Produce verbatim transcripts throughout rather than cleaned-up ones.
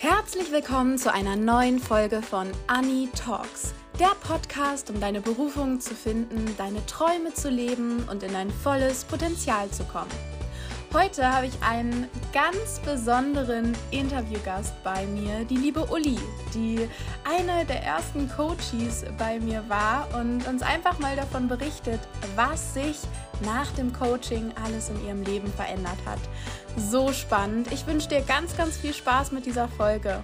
Herzlich willkommen zu einer neuen Folge von Anni Talks, der Podcast, um deine Berufung zu finden, deine Träume zu leben und in dein volles Potenzial zu kommen. Heute habe ich einen ganz besonderen Interviewgast bei mir, die liebe Uli, die eine der ersten Coaches bei mir war und uns einfach mal davon berichtet, was sich nach dem Coaching alles in ihrem Leben verändert hat. So spannend. Ich wünsche dir ganz, ganz viel Spaß mit dieser Folge.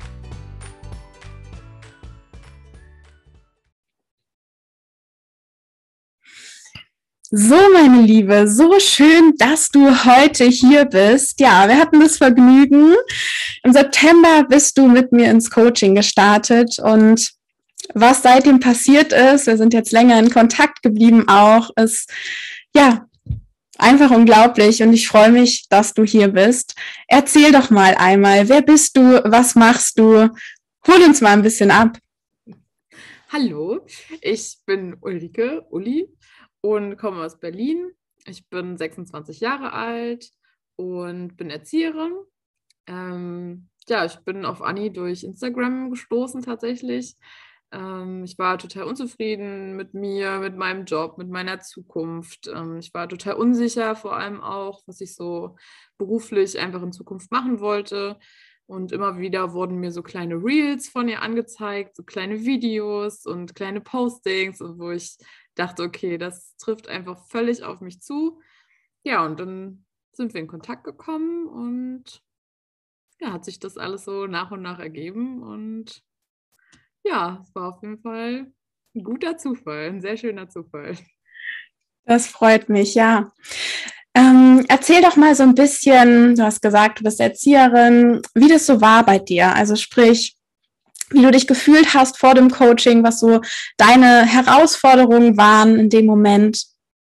So, meine Liebe, so schön, dass du heute hier bist. Ja, wir hatten das Vergnügen. Im September bist du mit mir ins Coaching gestartet und was seitdem passiert ist, wir sind jetzt länger in Kontakt geblieben auch, ist ja einfach unglaublich und ich freue mich, dass du hier bist. Erzähl doch mal einmal, wer bist du, was machst du? Hol uns mal ein bisschen ab. Hallo, ich bin Ulrike, Uli. Und komme aus Berlin. Ich bin sechsundzwanzig Jahre alt und bin Erzieherin. Ähm, ja, ich bin auf Anni durch Instagram gestoßen tatsächlich. Ähm, ich war total unzufrieden mit mir, mit meinem Job, mit meiner Zukunft. Ähm, ich war total unsicher, vor allem auch, was ich so beruflich einfach in Zukunft machen wollte. Und immer wieder wurden mir so kleine Reels von ihr angezeigt, so kleine Videos und kleine Postings, wo ich dachte, okay, das trifft einfach völlig auf mich zu. Ja, und dann sind wir in Kontakt gekommen und ja, hat sich das alles so nach und nach ergeben. Und ja, es war auf jeden Fall ein guter Zufall, ein sehr schöner Zufall. Das freut mich, ja. Ähm, erzähl doch mal so ein bisschen, du hast gesagt, du bist Erzieherin, wie das so war bei dir. Also sprich, wie du dich gefühlt hast vor dem Coaching, was so deine Herausforderungen waren in dem Moment.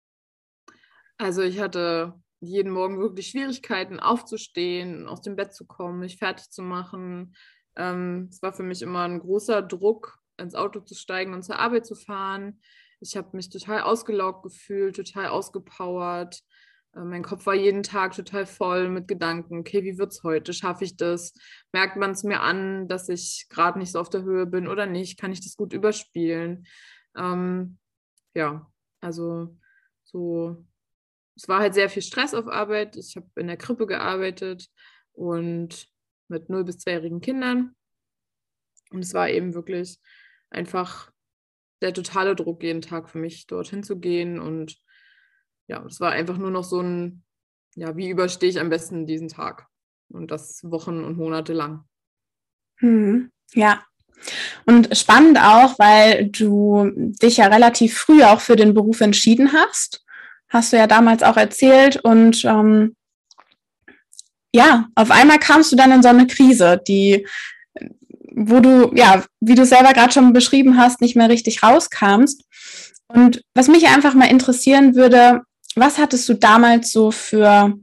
Also ich hatte jeden Morgen wirklich Schwierigkeiten aufzustehen, aus dem Bett zu kommen, mich fertig zu machen. Ähm, es war für mich immer ein großer Druck, ins Auto zu steigen und zur Arbeit zu fahren. Ich habe mich total ausgelaugt gefühlt, total ausgepowert. Mein Kopf war jeden Tag total voll mit Gedanken, okay, wie wird's heute? Schaffe ich das? Merkt man es mir an, dass ich gerade nicht so auf der Höhe bin oder nicht? Kann ich das gut überspielen? Ähm, ja, also so, es war halt sehr viel Stress auf Arbeit. Ich habe in der Krippe gearbeitet und mit null- bis zweijährigen Kindern. Und es war eben wirklich einfach der totale Druck jeden Tag für mich, dorthin zu gehen und ja, es war einfach nur noch so ein, ja, wie überstehe ich am besten diesen Tag? Und das Wochen und Monate lang. Hm, ja. Und spannend auch, weil du dich ja relativ früh auch für den Beruf entschieden hast. Hast du ja damals auch erzählt. Und ähm, ja, auf einmal kamst du dann in so eine Krise, die, wo du, ja, wie du selber gerade schon beschrieben hast, nicht mehr richtig rauskamst. Und was mich einfach mal interessieren würde, was hattest du damals so für,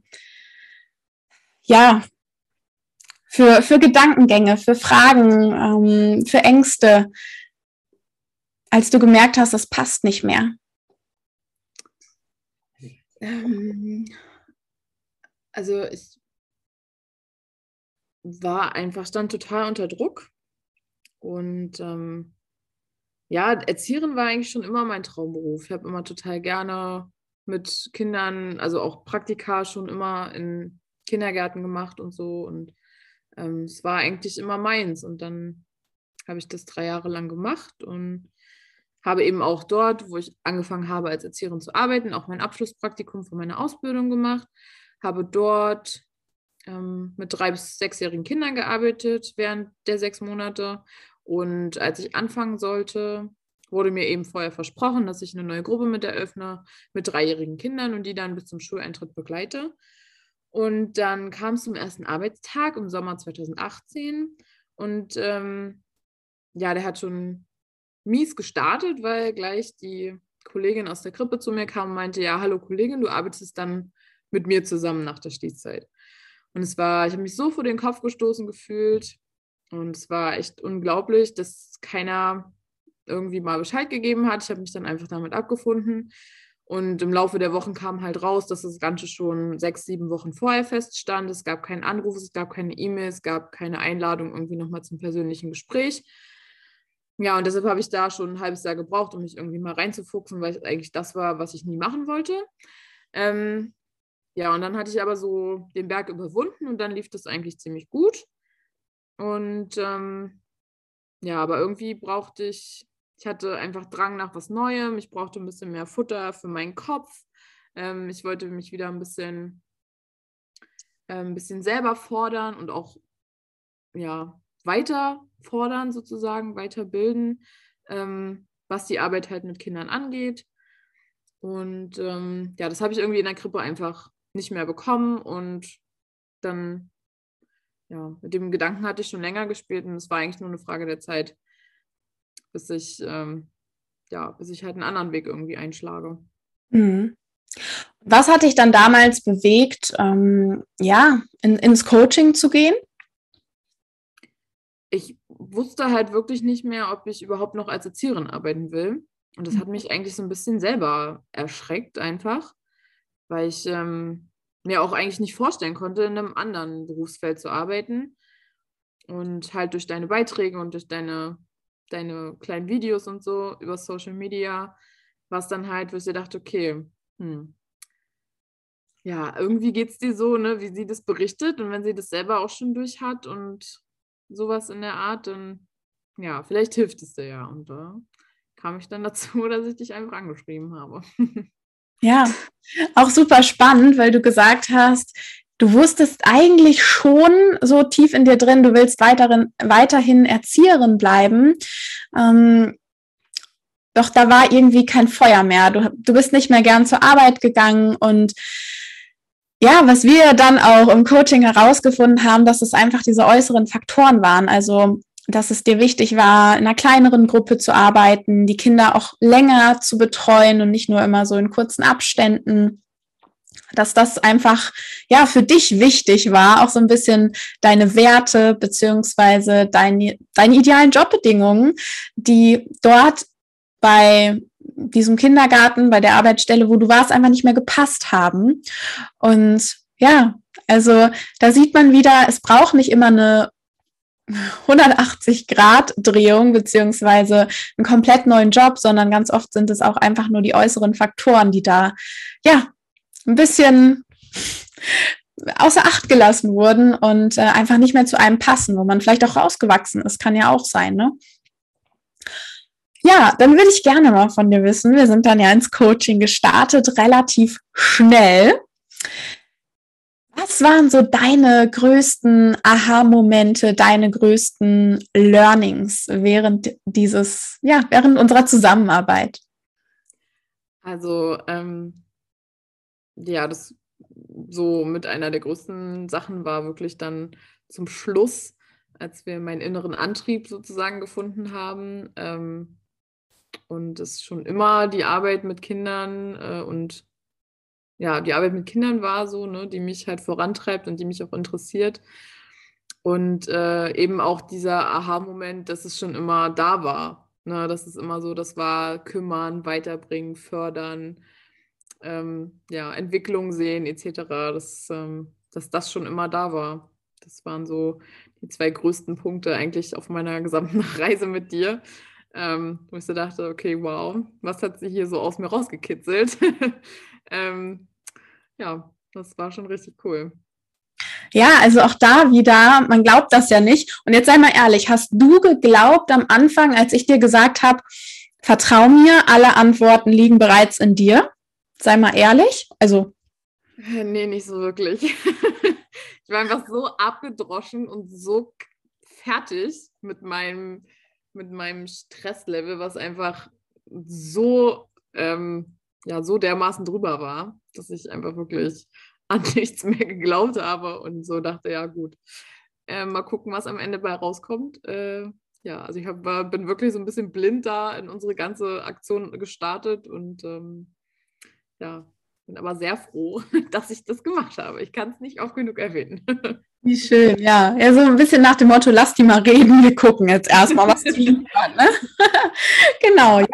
ja, für, für Gedankengänge, für Fragen, ähm, für Ängste, als du gemerkt hast, das passt nicht mehr? Ähm, also ich war einfach, stand total unter Druck. Und ähm, ja, Erzieherin war eigentlich schon immer mein Traumberuf. Ich habe immer total gerne mit Kindern, also auch Praktika schon immer in Kindergärten gemacht und so. Und ähm, es war eigentlich immer meins. Und dann habe ich das drei Jahre lang gemacht und habe eben auch dort, wo ich angefangen habe, als Erzieherin zu arbeiten, auch mein Abschlusspraktikum für meine Ausbildung gemacht, habe dort ähm, mit drei- bis sechsjährigen Kindern gearbeitet während der sechs Monate. Und als ich anfangen sollte, wurde mir eben vorher versprochen, dass ich eine neue Gruppe mit eröffne mit dreijährigen Kindern und die dann bis zum Schuleintritt begleite. Und dann kam es zum ersten Arbeitstag im Sommer zweitausendachtzehn und ähm, ja, der hat schon mies gestartet, weil gleich die Kollegin aus der Krippe zu mir kam und meinte, ja, hallo Kollegin, du arbeitest dann mit mir zusammen nach der Schließzeit. Und es war, ich habe mich so vor den Kopf gestoßen gefühlt und es war echt unglaublich, dass keiner irgendwie mal Bescheid gegeben hat. Ich habe mich dann einfach damit abgefunden Und im Laufe der Wochen kam halt raus, dass das Ganze schon sechs, sieben Wochen vorher feststand. Es gab keinen Anruf, es gab keine E-Mail, es gab keine Einladung irgendwie nochmal zum persönlichen Gespräch. Ja, und deshalb habe ich da schon ein halbes Jahr gebraucht, um mich irgendwie mal reinzufuchsen, weil es eigentlich das war, was ich nie machen wollte. Ähm, ja, und dann hatte ich aber so den Berg überwunden und dann lief das eigentlich ziemlich gut. Und ähm, ja, aber irgendwie brauchte ich, ich hatte einfach Drang nach was Neuem, ich brauchte ein bisschen mehr Futter für meinen Kopf. Ähm, ich wollte mich wieder ein bisschen, äh, ein bisschen selber fordern und auch ja, weiter fordern sozusagen, weiterbilden, ähm, was die Arbeit halt mit Kindern angeht. Und ähm, ja, das habe ich irgendwie in der Krippe einfach nicht mehr bekommen und dann, ja, mit dem Gedanken hatte ich schon länger gespielt und es war eigentlich nur eine Frage der Zeit, bis ich, ähm, ja, bis ich halt einen anderen Weg irgendwie einschlage. Mhm. Was hat dich dann damals bewegt, ähm, ja, in, ins Coaching zu gehen? Ich wusste halt wirklich nicht mehr, ob ich überhaupt noch als Erzieherin arbeiten will. Und das hat mich eigentlich so ein bisschen selber erschreckt einfach, weil ich ähm, mir auch eigentlich nicht vorstellen konnte, in einem anderen Berufsfeld zu arbeiten. Und halt durch deine Beiträge und durch deine, deine kleinen Videos und so über Social Media war es dann halt, wo ich dir dachte, okay, hm, ja, irgendwie geht es dir so, ne, wie sie das berichtet. Und wenn sie das selber auch schon durch hat und sowas in der Art, dann, ja, vielleicht hilft es dir ja. Und da kam ich dann dazu, dass ich dich einfach angeschrieben habe. Ja, auch super spannend, weil du gesagt hast, du wusstest eigentlich schon so tief in dir drin, du willst weiterin, weiterhin Erzieherin bleiben. Ähm, doch da war irgendwie kein Feuer mehr. Du, du bist nicht mehr gern zur Arbeit gegangen und ja, was wir dann auch im Coaching herausgefunden haben, dass es einfach diese äußeren Faktoren waren. Also, dass es dir wichtig war, in einer kleineren Gruppe zu arbeiten, die Kinder auch länger zu betreuen und nicht nur immer so in kurzen Abständen. Dass das einfach, ja, für dich wichtig war, auch so ein bisschen deine Werte beziehungsweise deine, deine idealen Jobbedingungen, die dort bei diesem Kindergarten, bei der Arbeitsstelle, wo du warst, einfach nicht mehr gepasst haben. Und ja, also da sieht man wieder, es braucht nicht immer eine hundertachtzig-Grad-Drehung beziehungsweise einen komplett neuen Job, sondern ganz oft sind es auch einfach nur die äußeren Faktoren, die da, ja, ein bisschen außer Acht gelassen wurden und äh, einfach nicht mehr zu einem passen, wo man vielleicht auch rausgewachsen ist, kann ja auch sein, ne? Ja, dann würde ich gerne mal von dir wissen, wir sind dann ja ins Coaching gestartet, relativ schnell. Was waren so deine größten Aha-Momente, deine größten Learnings während dieses, ja, während unserer Zusammenarbeit? Also, ähm, ja, das so mit einer der größten Sachen war wirklich dann zum Schluss, als wir meinen inneren Antrieb sozusagen gefunden haben. Ähm, und es schon immer die Arbeit mit Kindern äh, und ja, die Arbeit mit Kindern war so, ne, die mich halt vorantreibt und die mich auch interessiert. Und äh, eben auch dieser Aha-Moment, dass es schon immer da war. Ne, das ist immer so, das war kümmern, weiterbringen, fördern, ähm, ja, Entwicklung sehen et cetera. Dass, ähm, dass das schon immer da war. Das waren so die zwei größten Punkte eigentlich auf meiner gesamten Reise mit dir. Ähm, wo ich so dachte, okay, wow, was hat sie hier so aus mir rausgekitzelt? ähm, ja, das war schon richtig cool. Ja, also auch da wieder, man glaubt das ja nicht. Und jetzt sei mal ehrlich, hast du geglaubt am Anfang, als ich dir gesagt habe, vertrau mir, alle Antworten liegen bereits in dir? Sei mal ehrlich. Also Nee, nicht so wirklich. Ich war einfach so abgedroschen und so fertig mit meinem, mit meinem Stresslevel, was einfach so, ähm, ja, so dermaßen drüber war, dass ich einfach wirklich an nichts mehr geglaubt habe und so dachte, ja gut, äh, mal gucken, was am Ende bei rauskommt. Äh, ja, also ich hab, war, bin wirklich so ein bisschen blind da in unsere ganze Aktion gestartet und ähm, ja, bin aber sehr froh, dass ich das gemacht habe. Ich kann es nicht oft genug erwähnen. wie schön, ja. Ja, so ein bisschen nach dem Motto, lass die mal reden, wir gucken jetzt erstmal, was die liefern, ne? Genau, ja.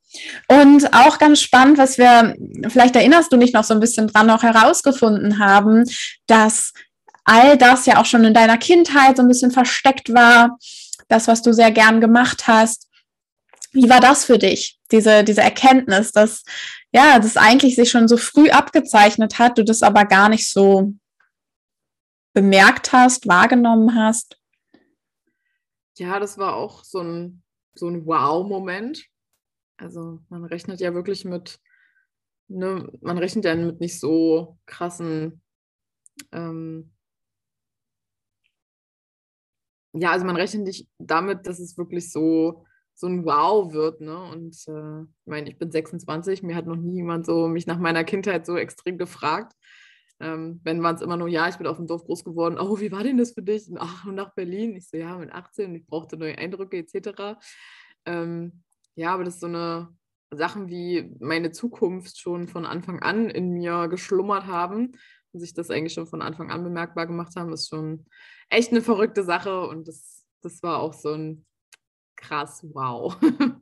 Und auch ganz spannend, was wir, vielleicht erinnerst du dich noch so ein bisschen dran, noch herausgefunden haben, dass all das ja auch schon in deiner Kindheit so ein bisschen versteckt war, das, was du sehr gern gemacht hast. Wie war das für dich, diese, diese Erkenntnis, dass ja, das eigentlich sich schon so früh abgezeichnet hat, du das aber gar nicht so bemerkt hast, wahrgenommen hast? Ja, das war auch so ein, so ein Wow-Moment. Also man rechnet ja wirklich mit, ne, man rechnet ja mit nicht so krassen, ähm, ja, also man rechnet nicht damit, dass es wirklich so, so ein Wow wird, ne? Und äh, ich meine, ich bin sechsundzwanzig, mir hat noch nie jemand so mich nach meiner Kindheit so extrem gefragt. Ähm, wenn waren es immer nur, ja, ich bin auf dem Dorf groß geworden, oh, wie war denn das für dich? Und, ach, und nach Berlin. Ich so, ja, mit achtzehn, ich brauchte neue Eindrücke et cetera. Ähm, ja, aber das ist so eine Sachen wie meine Zukunft schon von Anfang an in mir geschlummert haben und sich das eigentlich schon von Anfang an bemerkbar gemacht haben, ist schon echt eine verrückte Sache und das, das war auch so ein krass Wow.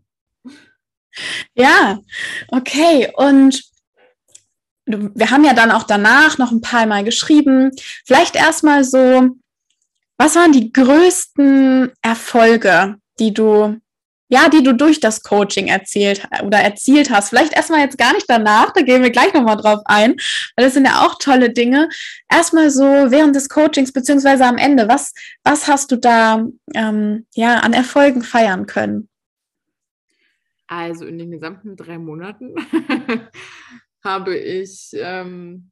Ja, okay. Und du, wir haben ja dann auch danach noch ein paar Mal geschrieben. Vielleicht erstmal so, was waren die größten Erfolge, die du, ja, die du durch das Coaching erzielt oder erzielt hast? Vielleicht erstmal jetzt gar nicht danach, da gehen wir gleich nochmal drauf ein, weil das sind ja auch tolle Dinge. Erstmal so während des Coachings beziehungsweise am Ende, was, was hast du da ähm, ja, an Erfolgen feiern können? Also in den gesamten drei Monaten habe ich ähm,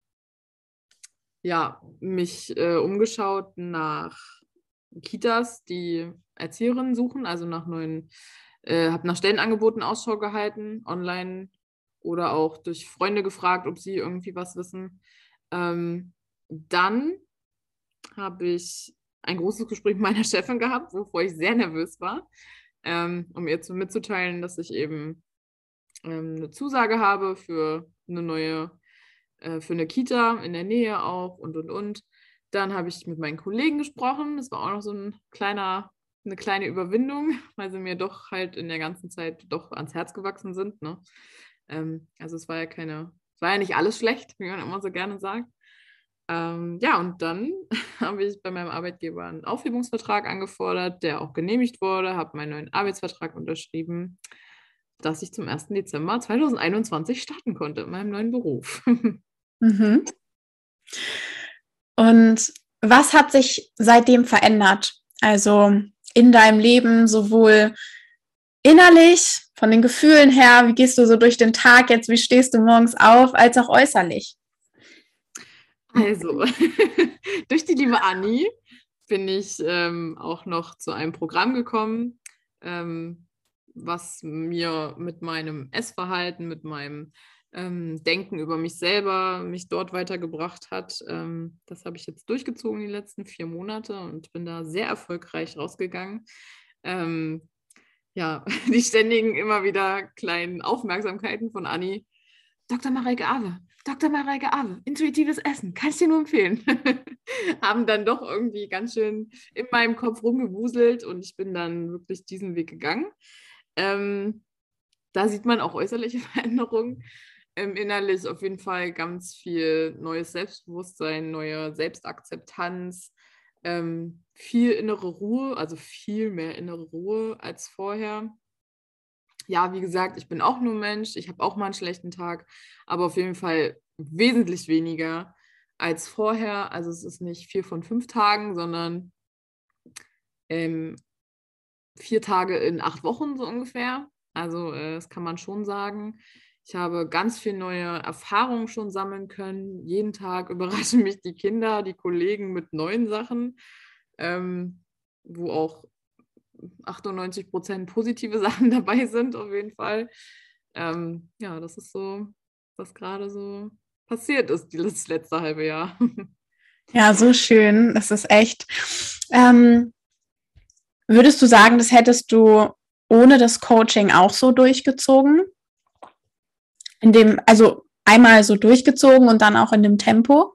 ja, mich äh, umgeschaut nach Kitas, die Erzieherinnen suchen, also nach neuen, äh, habe nach Stellenangeboten Ausschau gehalten, online oder auch durch Freunde gefragt, ob sie irgendwie was wissen. Ähm, dann habe ich ein großes Gespräch mit meiner Chefin gehabt, wovor ich sehr nervös war, ähm, um ihr zu mitzuteilen, dass ich eben ähm, eine Zusage habe für eine neue, äh, für eine Kita in der Nähe auch und und und. Dann habe ich mit meinen Kollegen gesprochen. Das war auch noch so ein kleiner, eine kleine Überwindung, weil sie mir doch halt in der ganzen Zeit doch ans Herz gewachsen sind. Ne? Ähm, also es war ja keine, es war ja nicht alles schlecht, wie man immer so gerne sagt. Ähm, ja, und dann habe ich bei meinem Arbeitgeber einen Aufhebungsvertrag angefordert, der auch genehmigt wurde, habe meinen neuen Arbeitsvertrag unterschrieben, dass ich zum ersten Dezember zweitausendeinundzwanzig starten konnte in meinem neuen Beruf. Mhm. Und was hat sich seitdem verändert? Also in deinem Leben, sowohl innerlich, von den Gefühlen her, wie gehst du so durch den Tag jetzt, wie stehst du morgens auf, als auch äußerlich? Also, durch die liebe Anni bin ich ähm, auch noch zu einem Programm gekommen, ähm, was mir mit meinem Essverhalten, mit meinem ähm, Denken über mich selber mich dort weitergebracht hat. Ähm, das habe ich jetzt durchgezogen die letzten vier Monate und bin da sehr erfolgreich rausgegangen. Ähm, ja, die ständigen immer wieder kleinen Aufmerksamkeiten von Anni. Doktor Mareike Awe, Doktor Mareike Awe, intuitives Essen, kann ich dir nur empfehlen. Haben dann doch irgendwie ganz schön in meinem Kopf rumgewuselt und ich bin dann wirklich diesen Weg gegangen. Ähm, da sieht man auch äußerliche Veränderungen. Ähm, innerlich auf jeden Fall ganz viel neues Selbstbewusstsein, neue Selbstakzeptanz, ähm, viel innere Ruhe, also viel mehr innere Ruhe als vorher. Ja, wie gesagt, ich bin auch nur Mensch, ich habe auch mal einen schlechten Tag, aber auf jeden Fall wesentlich weniger als vorher. Also es ist nicht vier von fünf Tagen, sondern ähm, vier Tage in acht Wochen so ungefähr. Also äh, das kann man schon sagen. Ich habe ganz viel neue Erfahrungen schon sammeln können. Jeden Tag überraschen mich die Kinder, die Kollegen mit neuen Sachen, ähm, wo auch achtundneunzig Prozent positive Sachen dabei sind, auf jeden Fall. Ähm, ja, das ist so, was gerade so passiert ist, das letzte halbe Jahr. Ja, so schön. Das ist echt. Ähm, würdest du sagen, das hättest du ohne das Coaching auch so durchgezogen? In dem, also einmal so durchgezogen und dann auch in dem Tempo?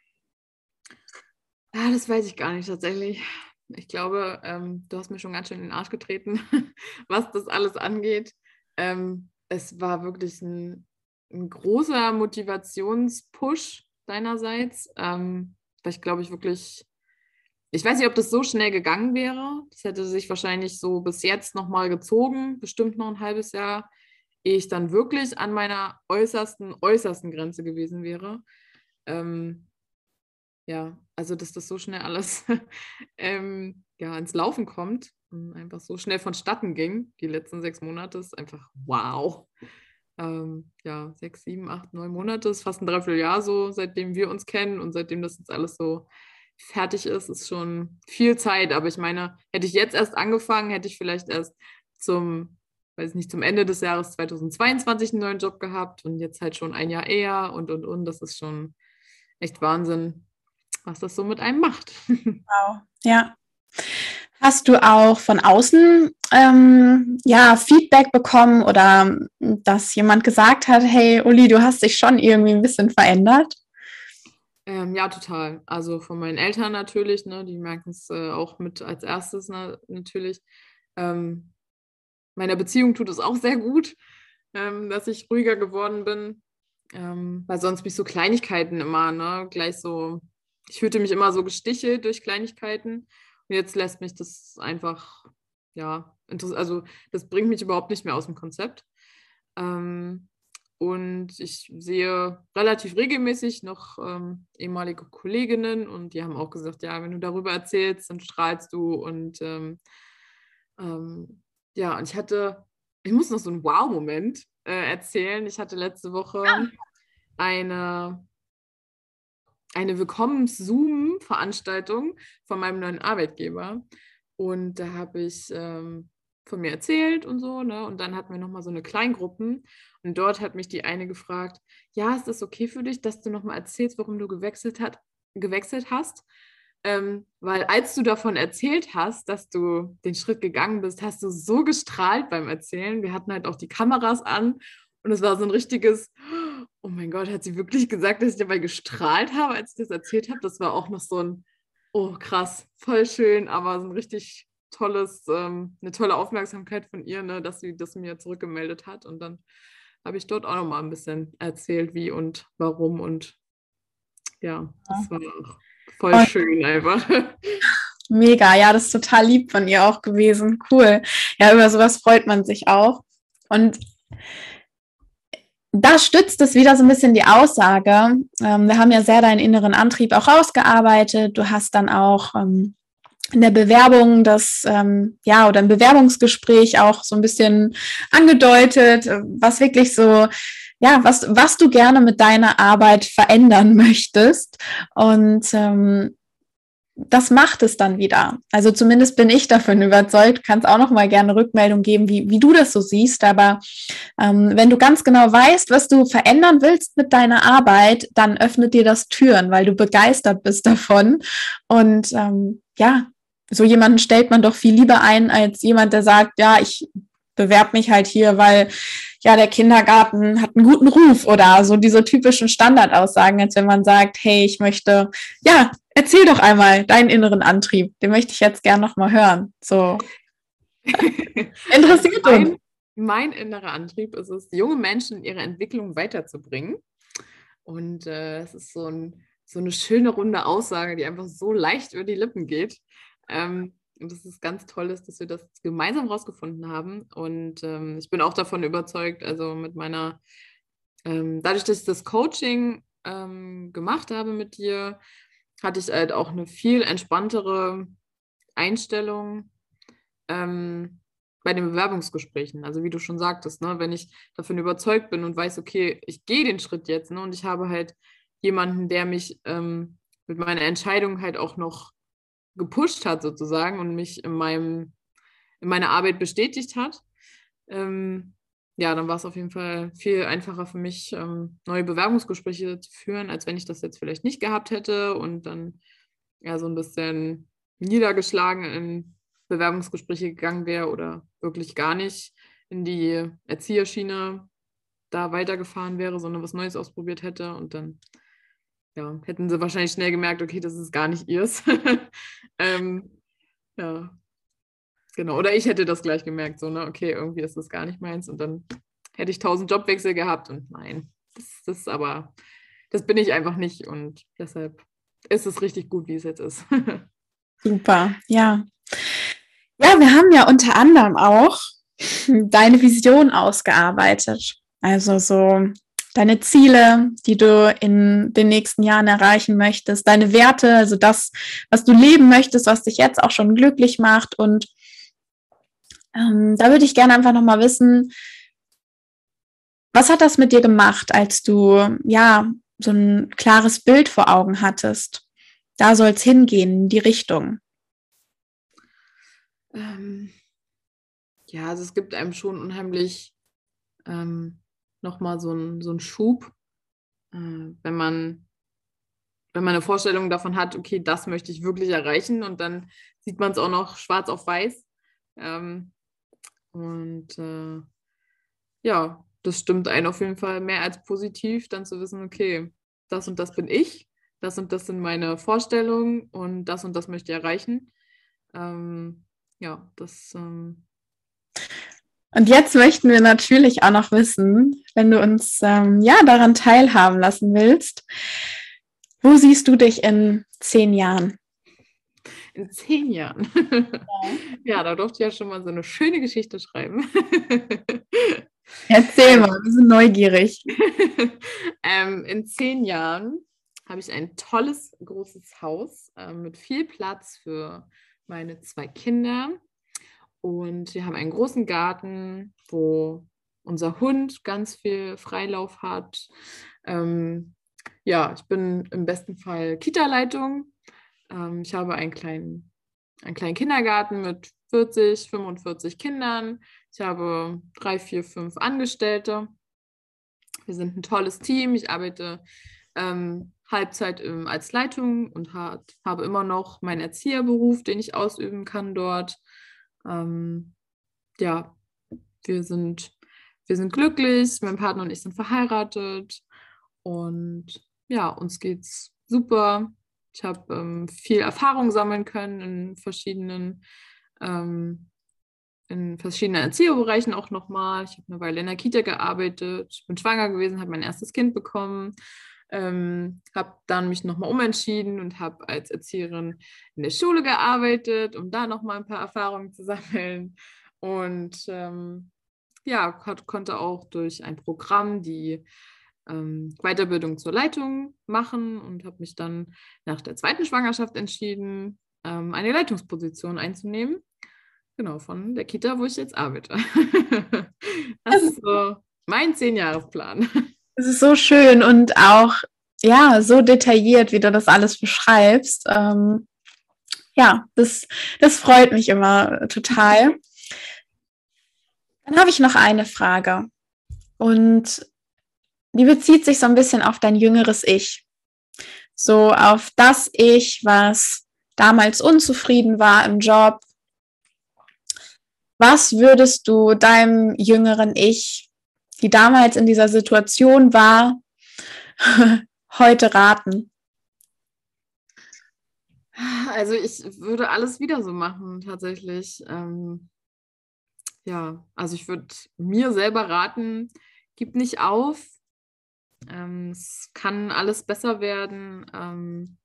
Ja, das weiß ich gar nicht tatsächlich. Ich glaube, ähm, du hast mir schon ganz schön in den Arsch getreten, was das alles angeht. Ähm, es war wirklich ein, ein großer Motivationspush deinerseits, ähm, weil ich glaube ich wirklich, ich weiß nicht, ob das so schnell gegangen wäre. Das hätte sich wahrscheinlich so bis jetzt nochmal gezogen, bestimmt noch ein halbes Jahr, ehe ich dann wirklich an meiner äußersten, äußersten Grenze gewesen wäre. Ähm, ja, also dass das so schnell alles ähm, ja, ins Laufen kommt und einfach so schnell vonstatten ging, die letzten sechs Monate, ist einfach wow. Ähm, ja, sechs, sieben, acht, neun Monate, ist fast ein Dreivierteljahr so, seitdem wir uns kennen und seitdem das jetzt alles so fertig ist, ist schon viel Zeit. Aber ich meine, hätte ich jetzt erst angefangen, hätte ich vielleicht erst zum, weiß nicht, zum Ende des Jahres zweitausendzweiundzwanzig einen neuen Job gehabt und jetzt halt schon ein Jahr eher und und und. Das ist schon echt Wahnsinn, was das so mit einem macht. Wow. Ja. Hast du auch von außen ähm, ja, Feedback bekommen oder dass jemand gesagt hat, hey Uli, du hast dich schon irgendwie ein bisschen verändert? Ähm, ja, total. Also von meinen Eltern natürlich, ne, die merken es äh, auch mit als erstes na, natürlich. Ähm, meiner Beziehung tut es auch sehr gut, ähm, dass ich ruhiger geworden bin, ähm, weil sonst mich so Kleinigkeiten immer, ne, gleich so, ich fühlte mich immer so gestichelt durch Kleinigkeiten und jetzt lässt mich das einfach, ja, interess- also das bringt mich überhaupt nicht mehr aus dem Konzept. Ähm, und ich sehe relativ regelmäßig noch ähm, ehemalige Kolleginnen und die haben auch gesagt, ja, wenn du darüber erzählst, dann strahlst du und ähm, ähm, ja, und ich hatte, ich muss noch so einen Wow-Moment äh, erzählen. Ich hatte letzte Woche eine, eine Willkommens-Zoom-Veranstaltung von meinem neuen Arbeitgeber. Und da habe ich ähm, von mir erzählt und so, ne? Und dann hatten wir nochmal so eine Kleingruppen. Und dort hat mich die eine gefragt, ja, ist das okay für dich, dass du nochmal erzählst, warum du gewechselt, hat, gewechselt hast? Ähm, weil als du davon erzählt hast, dass du den Schritt gegangen bist, hast du so gestrahlt beim Erzählen. Wir hatten halt auch die Kameras an und es war so ein richtiges, oh mein Gott, hat sie wirklich gesagt, dass ich dabei gestrahlt habe, als ich das erzählt habe? Das war auch noch so ein, oh krass, voll schön, aber so ein richtig tolles, ähm, eine tolle Aufmerksamkeit von ihr, ne, dass sie das mir zurückgemeldet hat. Und dann habe ich dort auch noch mal ein bisschen erzählt, wie und warum. Und ja, das war auch voll Und schön einfach. mega, ja, das ist total lieb von ihr auch gewesen. Cool. Ja, über sowas freut man sich auch. Und da stützt es wieder so ein bisschen die Aussage. Ähm, wir haben ja sehr deinen inneren Antrieb auch rausgearbeitet. Du hast dann auch ähm, in der Bewerbung das, ähm, ja, oder im Bewerbungsgespräch auch so ein bisschen angedeutet, was wirklich so, ja, was, was du gerne mit deiner Arbeit verändern möchtest. Und ähm, das macht es dann wieder. Also zumindest bin ich davon überzeugt. Kannst auch noch mal gerne Rückmeldung geben, wie, wie du das so siehst. Aber ähm, wenn du ganz genau weißt, was du verändern willst mit deiner Arbeit, dann öffnet dir das Türen, weil du begeistert bist davon. Und ähm, ja, so jemanden stellt man doch viel lieber ein, als jemand, der sagt, ja, ich bewerbe mich halt hier, weil ja, der Kindergarten hat einen guten Ruf oder so diese typischen Standardaussagen, als wenn man sagt, hey, ich möchte, ja, erzähl doch einmal deinen inneren Antrieb. Den möchte ich jetzt gern noch mal hören. So interessiert mein, uns. mein innerer Antrieb ist es, junge Menschen in ihrer Entwicklung weiterzubringen. Und äh, es ist so, ein, so eine schöne runde Aussage, die einfach so leicht über die Lippen geht. Ähm, und das ist ganz toll, ist, dass wir das gemeinsam rausgefunden haben. Und ähm, ich bin auch davon überzeugt, also mit meiner, ähm, dadurch, dass ich das Coaching ähm, gemacht habe mit dir, hatte ich halt auch eine viel entspanntere Einstellung ähm, bei den Bewerbungsgesprächen. Also wie du schon sagtest, ne, wenn ich davon überzeugt bin und weiß, okay, ich gehe den Schritt jetzt, ne, und ich habe halt jemanden, der mich ähm, mit meiner Entscheidung halt auch noch gepusht hat sozusagen und mich in meinem, in meiner Arbeit bestätigt hat, ähm, ja, dann war es auf jeden Fall viel einfacher für mich, ähm, neue Bewerbungsgespräche zu führen, als wenn ich das jetzt vielleicht nicht gehabt hätte und dann ja so ein bisschen niedergeschlagen in Bewerbungsgespräche gegangen wäre oder wirklich gar nicht in die Erzieherschiene da weitergefahren wäre, sondern was Neues ausprobiert hätte und dann ja, hätten sie wahrscheinlich schnell gemerkt, okay, das ist gar nicht ihrs. ähm, ja. genau. Oder ich hätte das gleich gemerkt, so, ne, okay, irgendwie ist das gar nicht meins. Und dann hätte ich tausend Jobwechsel gehabt und nein, das, das ist aber, das bin ich einfach nicht und deshalb ist es richtig gut, wie es jetzt ist. Super, ja. Ja, wir haben ja unter anderem auch deine Vision ausgearbeitet. Also so deine Ziele, die du in den nächsten Jahren erreichen möchtest, deine Werte, also das, was du leben möchtest, was dich jetzt auch schon glücklich macht. Und ähm, da würde ich gerne einfach nochmal wissen, was hat das mit dir gemacht, als du ja so ein klares Bild vor Augen hattest? Da soll es hingehen, in die Richtung. Ähm, ja, also es gibt einem schon unheimlich ähm, nochmal so einen so einen Schub, äh, wenn man, wenn man eine Vorstellung davon hat, okay, das möchte ich wirklich erreichen und dann sieht man es auch noch schwarz auf weiß. Ähm, und äh, ja, das stimmt einen auf jeden Fall mehr als positiv, dann zu wissen, okay, das und das bin ich, das und das sind meine Vorstellungen und das und das möchte ich erreichen. Ähm, ja, das. Ähm, Und jetzt möchten wir natürlich auch noch wissen, wenn du uns ähm, ja daran teilhaben lassen willst, wo siehst du dich in zehn Jahren? In zehn Jahren. Ja. Ja, da durfte ich ja schon mal so eine schöne Geschichte schreiben. Erzähl mal, wir sind neugierig. ähm, in zehn Jahren habe ich ein tolles, großes Haus äh, mit viel Platz für meine zwei Kinder. Und wir haben einen großen Garten, wo unser Hund ganz viel Freilauf hat. Ähm, ja, ich bin im besten Fall Kita-Leitung. Ähm, ich habe einen kleinen, einen kleinen Kindergarten mit vierzig, fünfundvierzig Kindern. Ich habe drei, vier, fünf Angestellte. Wir sind ein tolles Team. Ich arbeite ähm, Halbzeit im, als Leitung und hat, habe immer noch meinen Erzieherberuf, den ich ausüben kann dort. Ähm, ja, wir sind, wir sind glücklich. Mein Partner und ich sind verheiratet. Und ja, uns geht's super. Ich habe ähm, viel Erfahrung sammeln können in verschiedenen, ähm, in verschiedenen Erzieherbereichen auch nochmal. Ich habe eine Weile in der Kita gearbeitet, ich bin schwanger gewesen, habe mein erstes Kind bekommen, ähm, habe dann mich nochmal umentschieden und habe als Erzieherin in der Schule gearbeitet, um da nochmal ein paar Erfahrungen zu sammeln. Und ähm, ja, kon konnte auch durch ein Programm die ähm, Weiterbildung zur Leitung machen und habe mich dann nach der zweiten Schwangerschaft entschieden, ähm, eine Leitungsposition einzunehmen. Genau, von der Kita, wo ich jetzt arbeite. Das ist so mein Zehn-Jahres-Plan. Es ist so schön und auch ja so detailliert, wie du das alles beschreibst. Ähm, ja, das, das freut mich immer total. Dann habe ich noch eine Frage und die bezieht sich so ein bisschen auf dein jüngeres Ich. So auf das Ich, was damals unzufrieden war im Job. Was würdest du deinem jüngeren Ich, die damals in dieser Situation war, heute raten? Also ich würde alles wieder so machen, tatsächlich. Ähm, ja, also ich würde mir selber raten, gib nicht auf. Ähm, es kann alles besser werden. Ähm,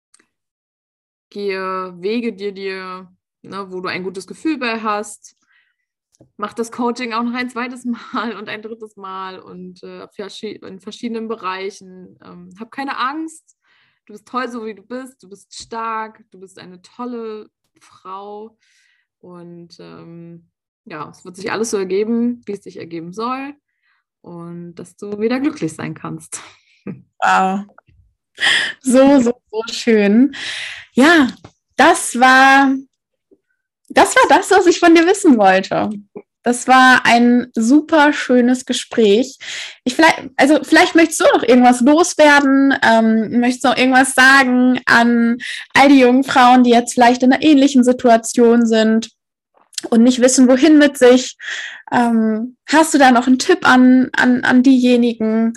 gehe Wege, die dir, ne, wo du ein gutes Gefühl bei hast. Mach das Coaching auch noch ein zweites Mal und ein drittes Mal und äh, in verschiedenen Bereichen. Ähm, hab keine Angst. Du bist toll, so wie du bist. Du bist stark. Du bist eine tolle Frau. Und ähm, ja, es wird sich alles so ergeben, wie es sich ergeben soll. Und dass du wieder glücklich sein kannst. Wow. So, so, so schön. Ja, das war, das war das, was ich von dir wissen wollte. Das war ein super schönes Gespräch. Ich vielleicht, also vielleicht möchtest du noch irgendwas loswerden, ähm, möchtest du noch irgendwas sagen an all die jungen Frauen, die jetzt vielleicht in einer ähnlichen Situation sind und nicht wissen, wohin mit sich. Ähm, hast du da noch einen Tipp an, an, an diejenigen?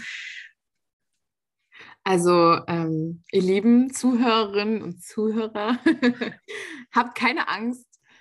Also, ähm, ihr lieben Zuhörerinnen und Zuhörer, habt keine Angst.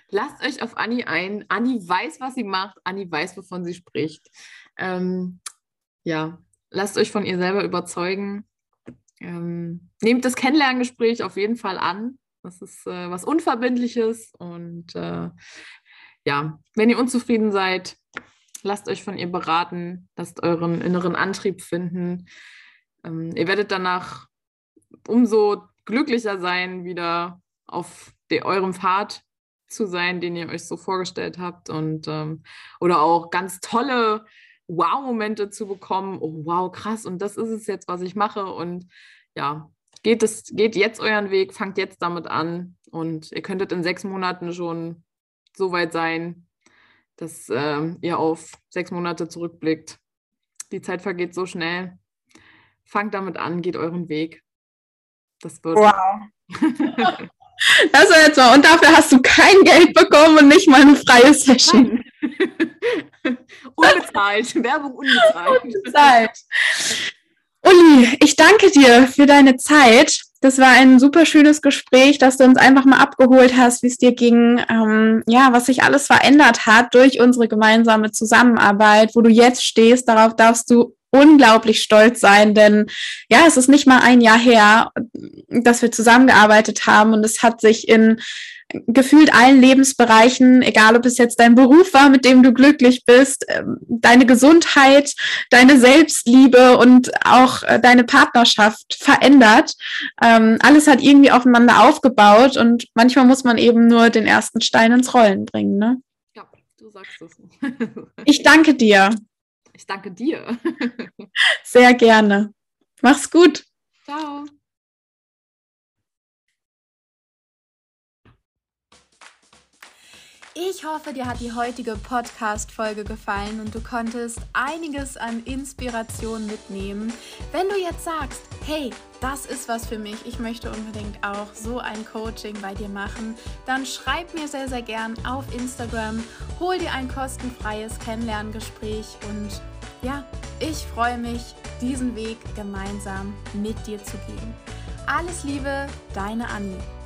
lasst euch auf Anni ein. Anni weiß, was sie macht. Anni weiß, wovon sie spricht. Ähm, ja, lasst euch von ihr selber überzeugen. Ähm, nehmt das Kennenlerngespräch auf jeden Fall an. Das ist äh, was Unverbindliches. Und äh, ja, wenn ihr unzufrieden seid, lasst euch von ihr beraten. Lasst euren inneren Antrieb finden. Ähm, ihr werdet danach umso glücklicher sein, wieder auf de- eurem Pfad zu sein, den ihr euch so vorgestellt habt. Und ähm, oder auch ganz tolle Wow-Momente zu bekommen. Oh, wow, krass. Und das ist es jetzt, was ich mache. Und ja, geht, es, geht jetzt euren Weg, fangt jetzt damit an. Und ihr könntet in sechs Monaten schon so weit sein, dass ähm, ihr auf sechs Monate zurückblickt. Die Zeit vergeht so schnell. Fangt damit an, geht euren Weg. Das wird. Wow. Das war jetzt mal, und dafür hast du kein Geld bekommen und nicht mal eine freie Session. Unbezahlt. Werbung unbezahlt. Unbezahlt. Uli, ich danke dir für deine Zeit. Das war ein super schönes Gespräch, dass du uns einfach mal abgeholt hast, wie es dir ging, ähm, ja, was sich alles verändert hat durch unsere gemeinsame Zusammenarbeit, wo du jetzt stehst. Darauf darfst du unglaublich stolz sein, denn ja, es ist nicht mal ein Jahr her, dass wir zusammengearbeitet haben und es hat sich in gefühlt allen Lebensbereichen, egal ob es jetzt dein Beruf war, mit dem du glücklich bist, deine Gesundheit, deine Selbstliebe und auch deine Partnerschaft verändert. Alles hat irgendwie aufeinander aufgebaut und manchmal muss man eben nur den ersten Stein ins Rollen bringen, ne? Ja, du sagst es. Ich danke dir. Ich danke dir. Sehr gerne. Mach's gut. Ciao. Ich hoffe, dir hat die heutige Podcast-Folge gefallen und du konntest einiges an Inspiration mitnehmen. Wenn du jetzt sagst, hey, das ist was für mich, ich möchte unbedingt auch so ein Coaching bei dir machen, dann schreib mir sehr, sehr gern auf Instagram, hol dir ein kostenfreies Kennenlerngespräch und ja, ich freue mich, diesen Weg gemeinsam mit dir zu gehen. Alles Liebe, deine Anni.